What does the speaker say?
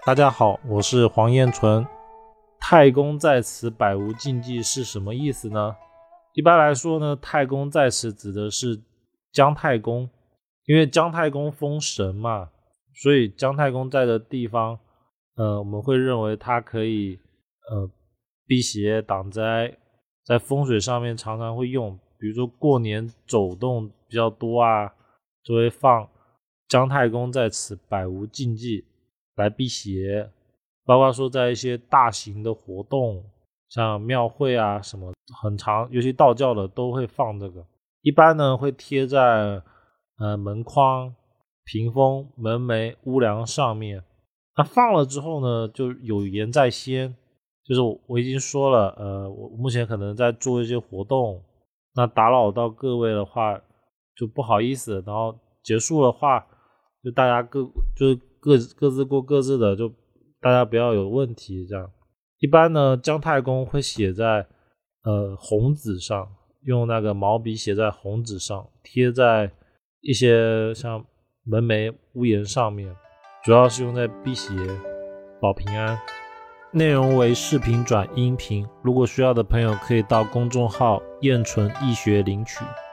大家好，我是黄彦纯。太公在此，百无禁忌是什么意思呢？一般来说呢，太公在此指的是姜太公，因为姜太公封神嘛，所以姜太公在的地方，我们会认为他可以辟邪挡灾，在风水上面常常会用，比如说过年走动比较多啊，就会放姜太公在此，百无禁忌来辟邪。包括说在一些大型的活动，像庙会啊什么，很长，尤其道教的都会放这个。一般呢会贴在门框、屏风、门楣、屋梁上面。那放了之后呢，就有言在先，就是我已经说了，我目前可能在做一些活动，那打扰到各位的话就不好意思，然后结束的话就大家各自过各自的，就大家不要有问题这样。一般呢姜太公会写在红纸上，用那个毛笔写在红纸上，贴在一些像门楣屋檐上面，主要是用在辟邪保平安。内容为视频转音频，如果需要的朋友可以到公众号燕纯易学领取。